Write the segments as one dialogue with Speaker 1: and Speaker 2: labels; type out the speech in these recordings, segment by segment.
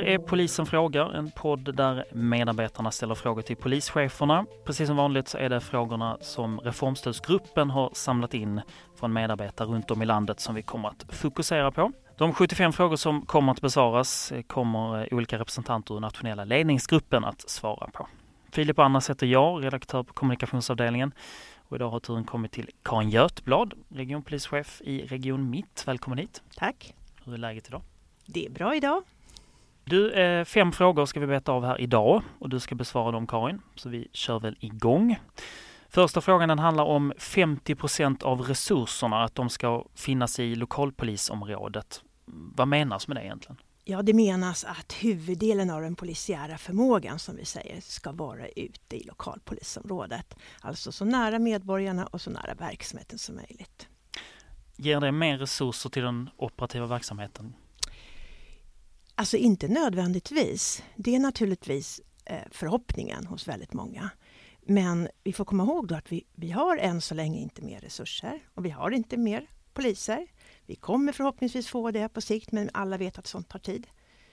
Speaker 1: är Polisen frågar, en podd där medarbetarna ställer frågor till polischeferna. Precis som vanligt så är det frågorna som Reformstödsgruppen har samlat in från medarbetare runt om i landet som vi kommer att fokusera på. De 75 frågor som kommer att besvaras kommer olika representanter ur nationella ledningsgruppen att svara på. Filip Annas heter jag, redaktör på kommunikationsavdelningen. Och idag har turen kommit till Karin Götblad, regionpolischef i Region Mitt. Välkommen hit.
Speaker 2: Tack.
Speaker 1: Hur är läget idag?
Speaker 2: Det är bra idag.
Speaker 1: Du, 5 frågor ska vi beta av här idag och du ska besvara dem, Karin. Så vi kör väl igång. Första frågan den handlar om 50% av resurserna, att de ska finnas i lokalpolisområdet. Vad menas med det egentligen?
Speaker 2: Ja, det menas att huvuddelen av den polisiära förmågan, som vi säger, ska vara ute i lokalpolisområdet. Alltså så nära medborgarna och så nära verksamheten som möjligt.
Speaker 1: Ger det mer resurser till den operativa verksamheten?
Speaker 2: Alltså inte nödvändigtvis. Det är naturligtvis förhoppningen hos väldigt många. Men vi får komma ihåg då att vi har än så länge inte mer resurser och vi har inte mer poliser. Vi kommer förhoppningsvis få det på sikt, men alla vet att sånt tar tid.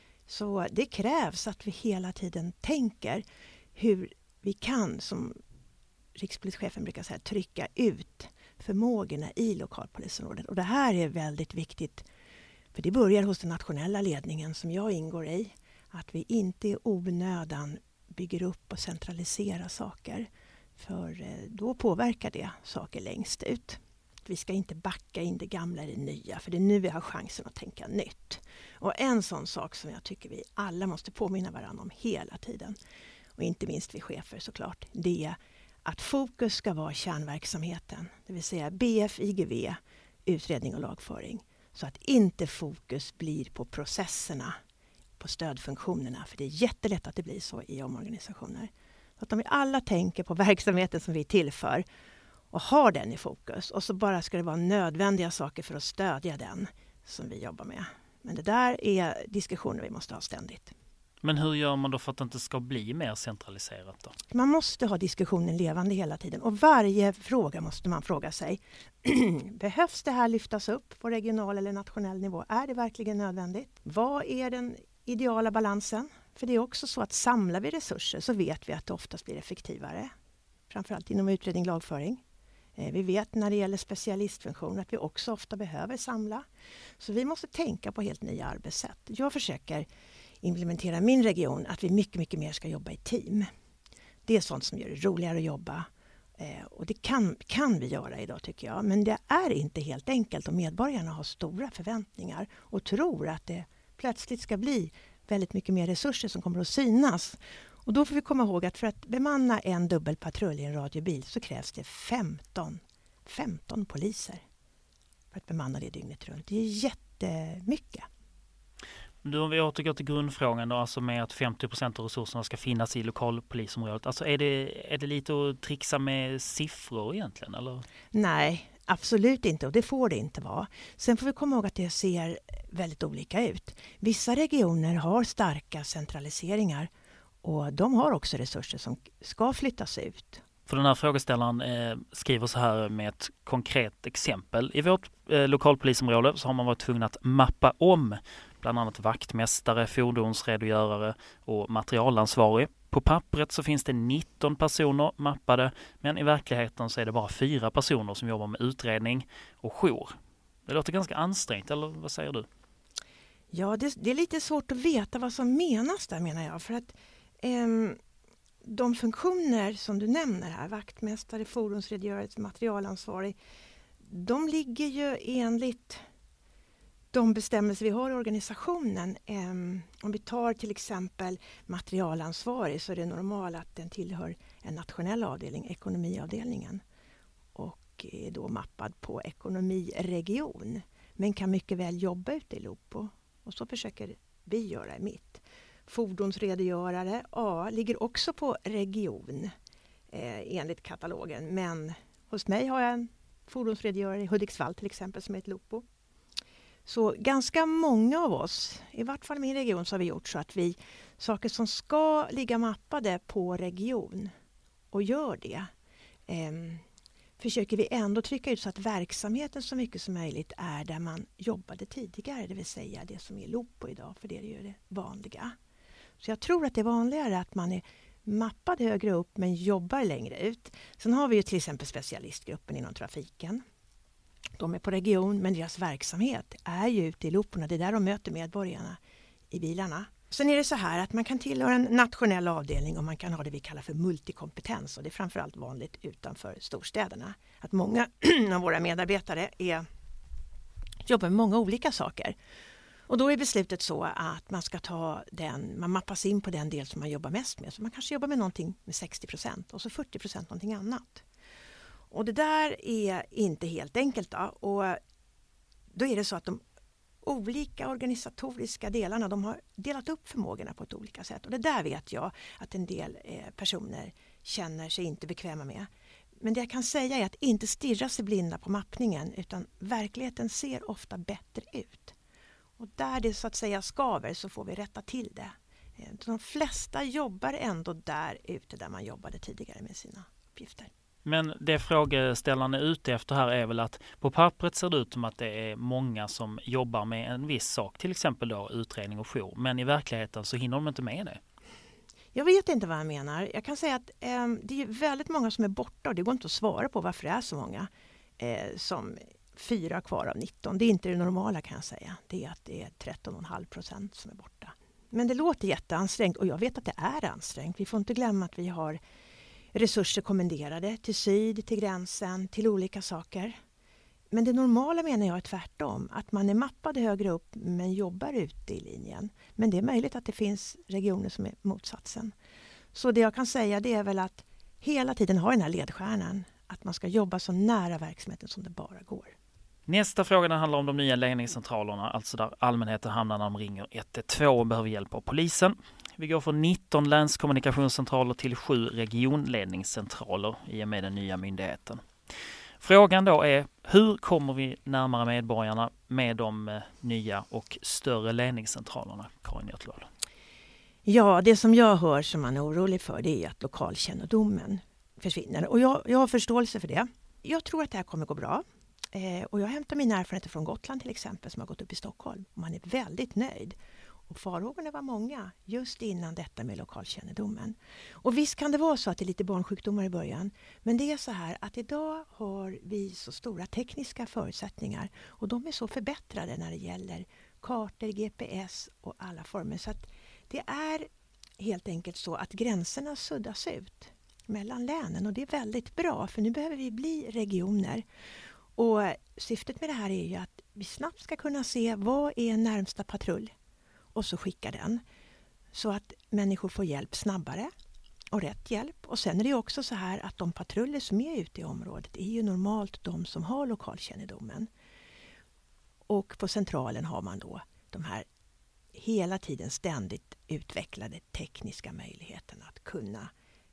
Speaker 2: Så det krävs att vi hela tiden tänker hur vi kan, som rikspolischefen brukar säga, trycka ut förmågorna i lokalpolisområdet. Och det här är väldigt viktigt, för det börjar hos den nationella ledningen som jag ingår i. Att vi inte i onödan bygger upp och centraliserar saker, för då påverkar det saker längst ut. Vi ska inte backa in det gamla i det nya, för det är nu vi har chansen att tänka nytt. Och en sån sak som jag tycker vi alla måste påminna varandra om hela tiden, och inte minst vi chefer såklart, det är att fokus ska vara kärnverksamheten, det vill säga BF, IGV, utredning och lagföring. Så att inte fokus blir på processerna, på stödfunktionerna, för det är jättelätt att det blir så i omorganisationer. Så att om vi alla tänker på verksamheten som vi tillför och har den i fokus, och så bara ska det vara nödvändiga saker för att stödja den som vi jobbar med. Men det där är diskussioner vi måste ha ständigt.
Speaker 1: Men hur gör man då för att det inte ska bli mer centraliserat då?
Speaker 2: Man måste ha diskussionen levande hela tiden, och varje fråga måste man fråga sig. Behövs det här lyftas upp på regional eller nationell nivå? Är det verkligen nödvändigt? Vad är den ideala balansen? För det är också så att samlar vi resurser så vet vi att det oftast blir effektivare. Framförallt inom utredning och lagföring. Vi vet när det gäller specialistfunktioner att vi också ofta behöver samla. Så vi måste tänka på helt nya arbetssätt. Jag försöker implementera min region att vi mycket mer ska jobba i team. Det är sånt som gör det roligare att jobba. Och det kan vi göra idag tycker jag. Men det är inte helt enkelt om medborgarna har stora förväntningar och tror att det plötsligt ska bli väldigt mycket mer resurser som kommer att synas. Och då får vi komma ihåg att för att bemanna en dubbelpatrull i en radiobil så krävs det 15 poliser för att bemanna det dygnet runt. Det är jättemycket.
Speaker 1: Du, om vi återgår till grundfrågan då, alltså med att 50% av resurserna ska finnas i lokalpolisområdet. Alltså är det lite att trixa med siffror egentligen, eller? Nej,
Speaker 2: absolut inte, och det får det inte vara. Sen får vi komma ihåg att det ser väldigt olika ut. Vissa regioner har starka centraliseringar och de har också resurser som ska flyttas ut.
Speaker 1: För den här frågeställaren skriver så här med ett konkret exempel. I vårt lokalpolisområde så har man varit tvungen att mappa om bland annat vaktmästare, fordonsredogörare och materialansvarig. På pappret så finns det 19 personer mappade, men i verkligheten så är det bara 4 personer som jobbar med utredning och jour. Det låter ganska ansträngt, eller vad säger du?
Speaker 2: Ja, det är lite svårt att veta vad som menas där, menar jag. För att de funktioner som du nämner här, vaktmästare, fordonsredogörare, materialansvarig, de ligger ju enligt de bestämmelser vi har i organisationen. Om vi tar till exempel materialansvarig så är det normalt att den tillhör en nationell avdelning, ekonomiavdelningen, och är då mappad på ekonomiregion, men kan mycket väl jobba ute i Lopo, och så försöker vi göra i mitt. Fordonsredogörare, ligger också på region enligt katalogen, men hos mig har jag en fordonsredogörare i Hudiksvall till exempel som är ett Lopo. Så ganska många av oss, i vart fall i min region, så har vi gjort så att vi saker som ska ligga mappade på region och gör det, försöker vi ändå trycka ut så att verksamheten så mycket som möjligt är där man jobbade tidigare, det vill säga det som är Lopo idag, för det är ju det vanliga. Så jag tror att det är vanligare att man är mappad högre upp men jobbar längre ut. Sen har vi ju till exempel specialistgruppen inom trafiken. De är på region men deras verksamhet är ju ute i looporna. Det är där de möter medborgarna i bilarna. Sen är det så här att man kan tillhöra en nationell avdelning och man kan ha det vi kallar för multikompetens. Och det är framförallt vanligt utanför storstäderna. Att många av våra medarbetare jobbar med många olika saker. Och då är beslutet så att man ska man mappas in på den del som man jobbar mest med. Så man kanske jobbar med någonting med 60% och så 40% någonting annat. Och det där är inte helt enkelt då. Och då är det så att de olika organisatoriska delarna, de har delat upp förmågorna på ett olika sätt. Och det där vet jag att en del personer känner sig inte bekväma med. Men det jag kan säga är att inte stirra sig blinda på mappningen, utan verkligheten ser ofta bättre ut. Och där det så att säga skaver så får vi rätta till det. De flesta jobbar ändå där ute där man jobbade tidigare med sina uppgifter.
Speaker 1: Men det frågeställaren är ute efter här är väl att på pappret ser det ut som att det är många som jobbar med en viss sak, till exempel då utredning och jour. Men i verkligheten så hinner de inte med det.
Speaker 2: Jag vet inte vad jag menar. Jag kan säga att det är väldigt många som är borta och det går inte att svara på varför det är så många som 4 kvar av 19. Det är inte det normala kan jag säga. Det är att det är 13,5% som är borta. Men det låter jätteansträngt och jag vet att det är ansträngt. Vi får inte glömma att vi har resurser kommenderade till syd, till gränsen, till olika saker. Men det normala menar jag är tvärtom. Att man är mappad högre upp men jobbar ute i linjen. Men det är möjligt att det finns regioner som är motsatsen. Så det jag kan säga det är väl att hela tiden ha den här ledstjärnan. Att man ska jobba så nära verksamheten som det bara går.
Speaker 1: Nästa fråga handlar om de nya ledningscentralerna, alltså där allmänheten hamnar när de ringer 112 och behöver hjälp av polisen. Vi går från 19 länskommunikationscentraler till 7 regionledningscentraler i och med den nya myndigheten. Frågan då är, hur kommer vi närmare medborgarna med de nya och större ledningscentralerna, Karin Götblad?
Speaker 2: Ja, det som jag hör som man är orolig för det är att lokalkännedomen försvinner. Och jag har förståelse för det. Jag tror att det här kommer gå bra. Och jag hämtar mina erfarenheter från Gotland till exempel som har gått upp i Stockholm. Man är väldigt nöjd. Och farhågorna var många just innan detta med lokalkännedomen. Och visst kan det vara så att det är lite barnsjukdomar i början. Men det är så här att idag har vi så stora tekniska förutsättningar. Och de är så förbättrade när det gäller kartor, GPS och alla former. Så att det är helt enkelt så att gränserna suddas ut mellan länen. Och det är väldigt bra för nu behöver vi bli regioner. Och syftet med det här är ju att vi snabbt ska kunna se vad är närmsta patrull och så skicka den så att människor får hjälp snabbare och rätt hjälp. Och sen är det också så här att de patruller som är ute i området är ju normalt de som har lokalkännedomen. Och på centralen har man då de här hela tiden ständigt utvecklade tekniska möjligheterna att kunna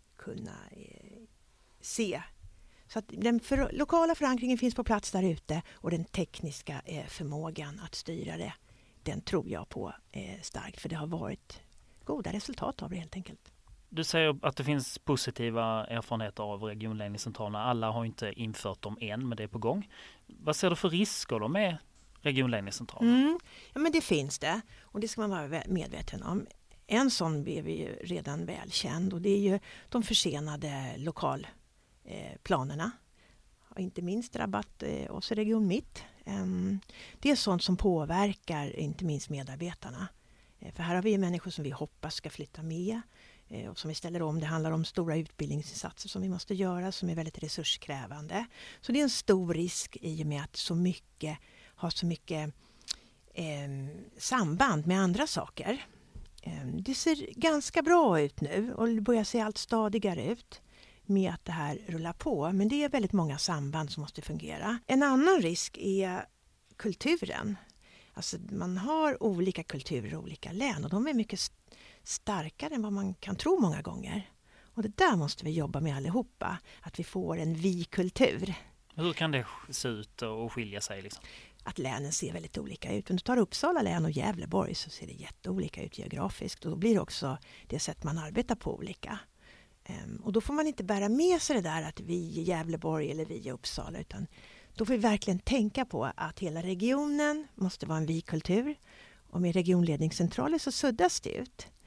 Speaker 2: se. Så att den lokala förankringen finns på plats där ute och den tekniska förmågan att styra det, den tror jag på starkt för det har varit goda resultat av det helt enkelt.
Speaker 1: Du säger att det finns positiva erfarenheter av regionledningscentralerna. Alla har inte infört dem än, men det är på gång. Vad ser du för risker då med regionledningscentralerna?
Speaker 2: Ja, men det finns det och det ska man vara medveten om. En sån är vi ju redan välkänd och det är ju de försenade lokalplanerna. Har inte minst drabbat oss i Region Mitt. Det är sånt som påverkar inte minst medarbetarna. För här har vi ju människor som vi hoppas ska flytta med och som vi ställer om. Det handlar om stora utbildningsinsatser som vi måste göra som är väldigt resurskrävande. Så det är en stor risk i och med att har så mycket samband med andra saker. Det ser ganska bra ut nu och det börjar se allt stadigare ut med att det här rullar på. Men det är väldigt många samband som måste fungera. En annan risk är kulturen. Alltså man har olika kulturer i olika län och de är mycket starkare än vad man kan tro många gånger. Och det där måste vi jobba med allihopa. Att vi får en vi-kultur.
Speaker 1: Hur kan det se ut och skilja sig liksom? Att
Speaker 2: länen ser väldigt olika ut. Om du tar Uppsala län och Gävleborg så ser det jätteolika ut geografiskt. Och då blir det också det sätt man arbetar på olika. Och då får man inte bära med sig det där att vi i Gävleborg eller vi i Uppsala. Utan då får vi verkligen tänka på att hela regionen måste vara en vi-kultur. Och med regionledningscentraler så suddas det ut.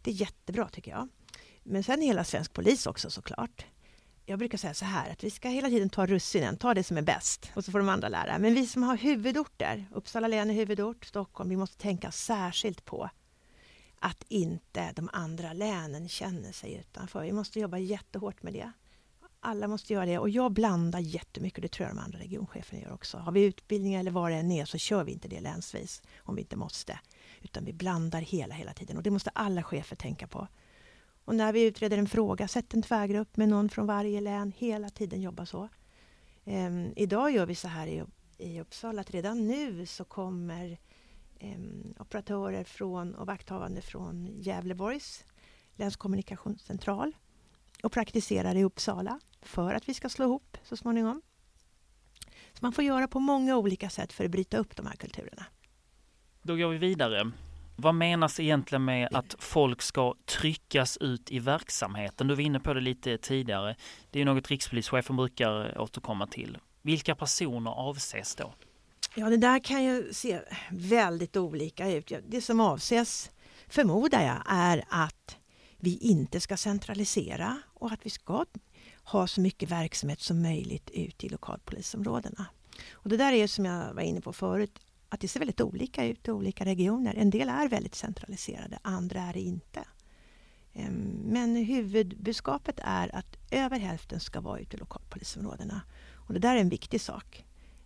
Speaker 2: det är jättebra tycker jag. Men sen hela svensk polis också såklart. Jag brukar säga så här att vi ska hela tiden ta russinen, ta det som är bäst och så får de andra lära. Men vi som har huvudorter, Uppsala län är huvudort, Stockholm, vi måste tänka särskilt på att inte de andra länen känner sig utanför. Vi måste jobba jättehårt med det. Alla måste göra det och jag blandar jättemycket, det tror jag de andra regioncheferna gör också. Har vi utbildningar eller vad det än är så kör vi inte det länsvis om vi inte måste. Utan vi blandar hela tiden och det måste alla chefer tänka på. Och när vi utreder en fråga, sätt en tvärgrupp med någon från varje län, hela tiden jobba så. Idag gör vi så här i Uppsala att redan nu så kommer operatörer och vakthavande från Gävleborgs länskommunikationscentral och praktiserar i Uppsala för att vi ska slå ihop så småningom. Så man får göra på många olika sätt för att bryta upp de här kulturerna.
Speaker 1: Då går vi vidare. Vad menas egentligen med att folk ska tryckas ut i verksamheten? Du var inne på det lite tidigare. Det är något rikspolischefen brukar återkomma till. Vilka personer avses då?
Speaker 2: Ja, det där kan ju se väldigt olika ut. Det som avses, förmodar jag, är att vi inte ska centralisera och att vi ska ha så mycket verksamhet som möjligt ut i lokalpolisområdena. Och det där är som jag var inne på förut, att det ser väldigt olika ut i olika regioner. En del är väldigt centraliserade, andra är det inte. Men huvudbudskapet är att över hälften ska vara ute i lokalpolisområdena. Och det där är en viktig sak.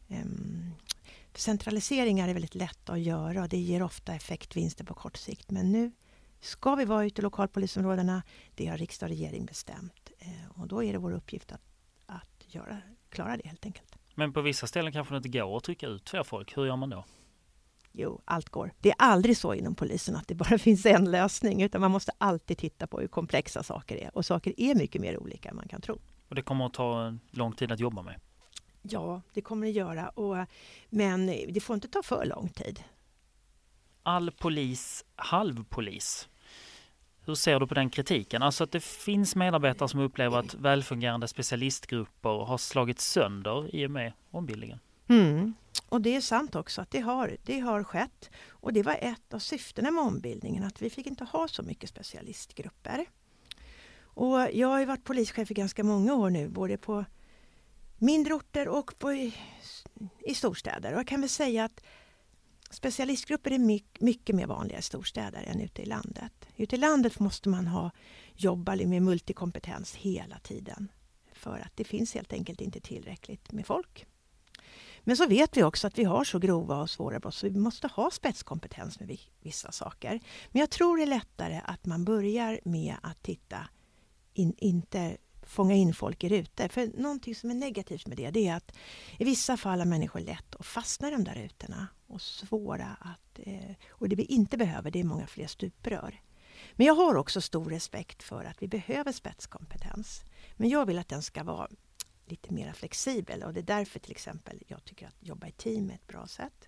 Speaker 2: Centraliseringar är väldigt lätt att göra och det ger ofta effektvinster på kort sikt. Men nu ska vi vara ute i lokalpolisområdena, det har riksdag och regering bestämt. Och då är det vår uppgift att klara det helt enkelt.
Speaker 1: Men på vissa ställen kanske det inte går att trycka ut fler folk. Hur gör man då?
Speaker 2: Jo, allt går. Det är aldrig så inom polisen att det bara finns en lösning. Utan man måste alltid titta på hur komplexa saker är. Och saker är mycket mer olika än man kan tro.
Speaker 1: Och det kommer att ta lång tid att jobba med?
Speaker 2: Ja, det kommer det göra. Men det får inte ta för lång tid.
Speaker 1: All polis, halvpolis. Hur ser du på den kritiken? Alltså att det finns medarbetare som upplever att välfungerande specialistgrupper har slagit sönder i och med ombildningen.
Speaker 2: Och det är sant också att det har skett. Och det var ett av syftena med ombildningen, att vi fick inte ha så mycket specialistgrupper. Och jag har ju varit polischef i ganska många år nu, både på mindre orter och i storstäder. Och jag kan väl säga att specialistgrupper är mycket mer vanliga i storstäder än ute i landet. Ute i landet måste man jobba med multikompetens hela tiden. För att det finns helt enkelt inte tillräckligt med folk. Men så vet vi också att vi har så grova och svåra brott så vi måste ha spetskompetens med vissa saker. Men jag tror det är lättare att man börjar med att inte fånga in folk i rutor. För någonting som är negativt med det är att i vissa fall har människor lätt att fastna i de där rutorna. Och svåra och det vi inte behöver, det är många fler stuprör. Men jag har också stor respekt för att vi behöver spetskompetens. Men jag vill att den ska vara lite mer flexibel och det är därför till exempel jag tycker att jobba i team är ett bra sätt.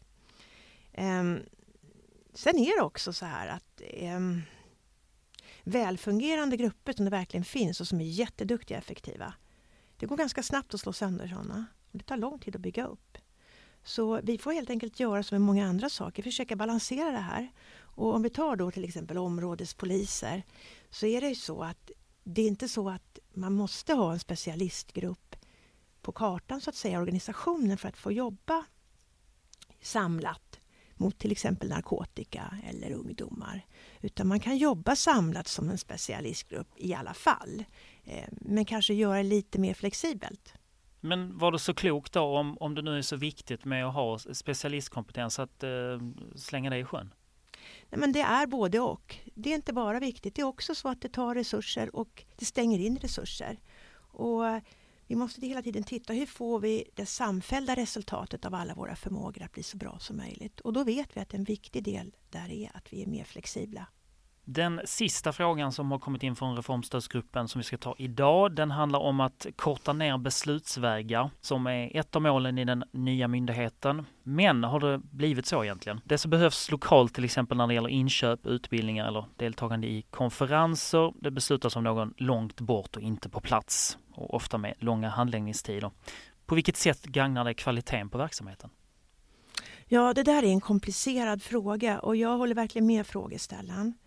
Speaker 2: Sen är det också så här att välfungerande grupper som det verkligen finns och som är jätteduktiga och effektiva. Det går ganska snabbt att slå sönder sådana. Det tar lång tid att bygga upp. Så vi får helt enkelt göra som med många andra saker, försöka balansera det här. Och om vi tar då till exempel områdespoliser så är det ju så att det är inte så att man måste ha en specialistgrupp på kartan så att säga, organisationen för att få jobba samlat mot till exempel narkotika eller ungdomar. Utan man kan jobba samlat som en specialistgrupp i alla fall. Men kanske göra lite mer flexibelt.
Speaker 1: Men var det så klokt då om det nu är så viktigt med att ha specialistkompetens att slänga det i sjön?
Speaker 2: Nej, men det är både och. Det är inte bara viktigt. Det är också så att det tar resurser och det stänger in resurser. Och vi måste hela tiden titta hur får vi det samfällda resultatet av alla våra förmågor att bli så bra som möjligt. Och då vet vi att en viktig del där är att vi är mer flexibla.
Speaker 1: Den sista frågan som har kommit in från reformstödsgruppen som vi ska ta idag, den handlar om att korta ner beslutsvägar som är ett av målen i den nya myndigheten. Men har det blivit så egentligen? Det som behövs lokalt till exempel när det gäller inköp, utbildningar eller deltagande i konferenser, det beslutas av någon långt bort och inte på plats och ofta med långa handläggningstider. På vilket sätt gagnar det kvaliteten på verksamheten?
Speaker 2: Ja, det där är en komplicerad fråga och jag håller verkligen med frågeställaren.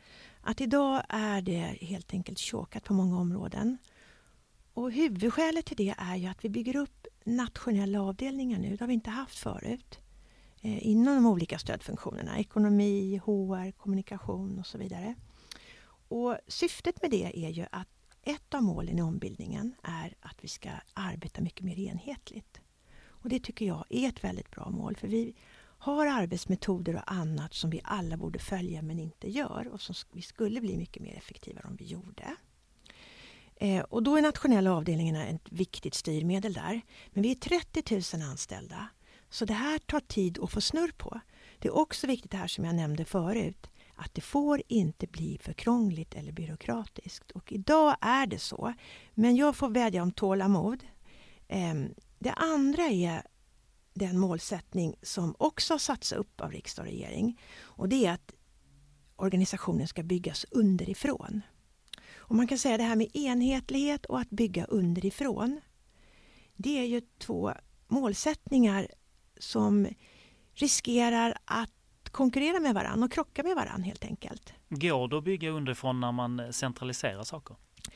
Speaker 2: Att idag är det helt enkelt chokat på många områden. Och huvudskälet till det är ju att vi bygger upp nationella avdelningar nu. Det har vi inte haft förut. Inom de olika stödfunktionerna. Ekonomi, HR, kommunikation och så vidare. Och syftet med det är ju att ett av målen i ombildningen är att vi ska arbeta mycket mer enhetligt. Och det tycker jag är ett väldigt bra mål. För vi har arbetsmetoder och annat som vi alla borde följa men inte gör. Och som vi skulle bli mycket mer effektivare om vi gjorde. Och då är nationella avdelningarna ett viktigt styrmedel där. Men vi är 30 000 anställda. Så det här tar tid att få snurr på. Det är också viktigt det här som jag nämnde förut. Att det får inte bli för krångligt eller byråkratiskt. Och idag är det så. Men jag får vädja om tålamod. Det andra är den målsättning som också har satts upp av riksdag och regering. Och det är att organisationen ska byggas underifrån. Och man kan säga det här med enhetlighet och att bygga underifrån. Det är ju två målsättningar som riskerar att konkurrera med varann och krocka med varann helt enkelt.
Speaker 1: Går det att bygga underifrån när man centraliserar saker?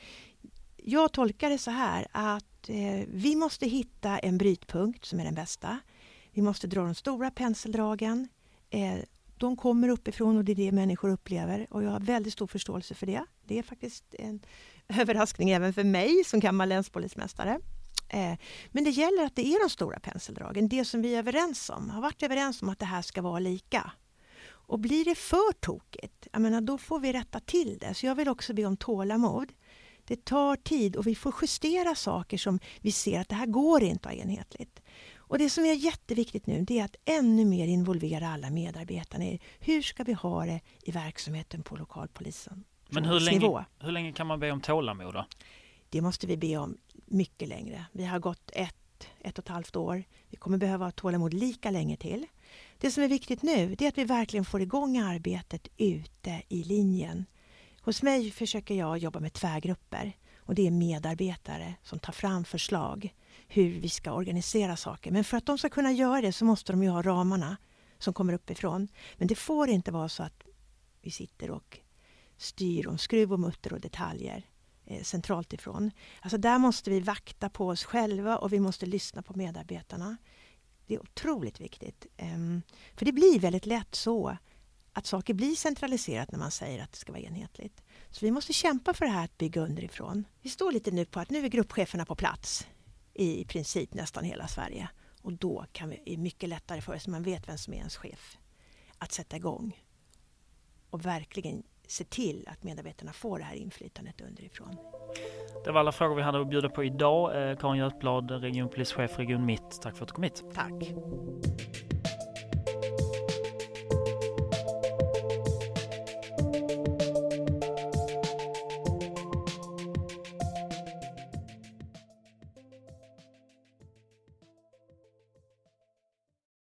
Speaker 2: Jag tolkar det så här att vi måste hitta en brytpunkt som är den bästa. Vi måste dra de stora penseldragen. De kommer uppifrån och det är det människor upplever. Och jag har väldigt stor förståelse för det. Det är faktiskt en överraskning även för mig som gammal länspolismästare. Men det gäller att det är de stora penseldragen. Det som vi är överens om. Har varit överens om att det här ska vara lika. Och blir det för tokigt, då får vi rätta till det. Så jag vill också be om tålamod. Det tar tid och vi får justera saker som vi ser att det här går inte att ha enhetligt. Och det som är jätteviktigt nu det är att ännu mer involvera alla medarbetarna i hur ska vi ha det i verksamheten på lokalpolisen.
Speaker 1: Men hur länge kan man be om tålamod då?
Speaker 2: Det måste vi be om mycket längre. Vi har gått ett och ett halvt år. Vi kommer behöva ha tålamod lika länge till. Det som är viktigt nu det är att vi verkligen får igång arbetet ute i linjen. Hos mig försöker jag jobba med tvärgrupper. Och det är medarbetare som tar fram förslag hur vi ska organisera saker. Men för att de ska kunna göra det så måste de ju ha ramarna som kommer uppifrån. Men det får inte vara så att vi sitter och styr om skruv och mutter och detaljer centralt ifrån. Alltså där måste vi vakta på oss själva och vi måste lyssna på medarbetarna. Det är otroligt viktigt. För det blir väldigt lätt så att saker blir centraliserat när man säger att det ska vara enhetligt. Så vi måste kämpa för det här att bygga underifrån. Vi står lite nu på att nu är gruppcheferna på plats i princip nästan hela Sverige. Och då kan vi, är mycket lättare för oss, man vet vem som är ens chef, att sätta igång och verkligen se till att medarbetarna får det här inflytandet underifrån.
Speaker 1: Det var alla frågor vi hade att bjuda på idag. Karin Götblad, regionpolischef Region Mitt. Tack för att du kom hit.
Speaker 2: Tack.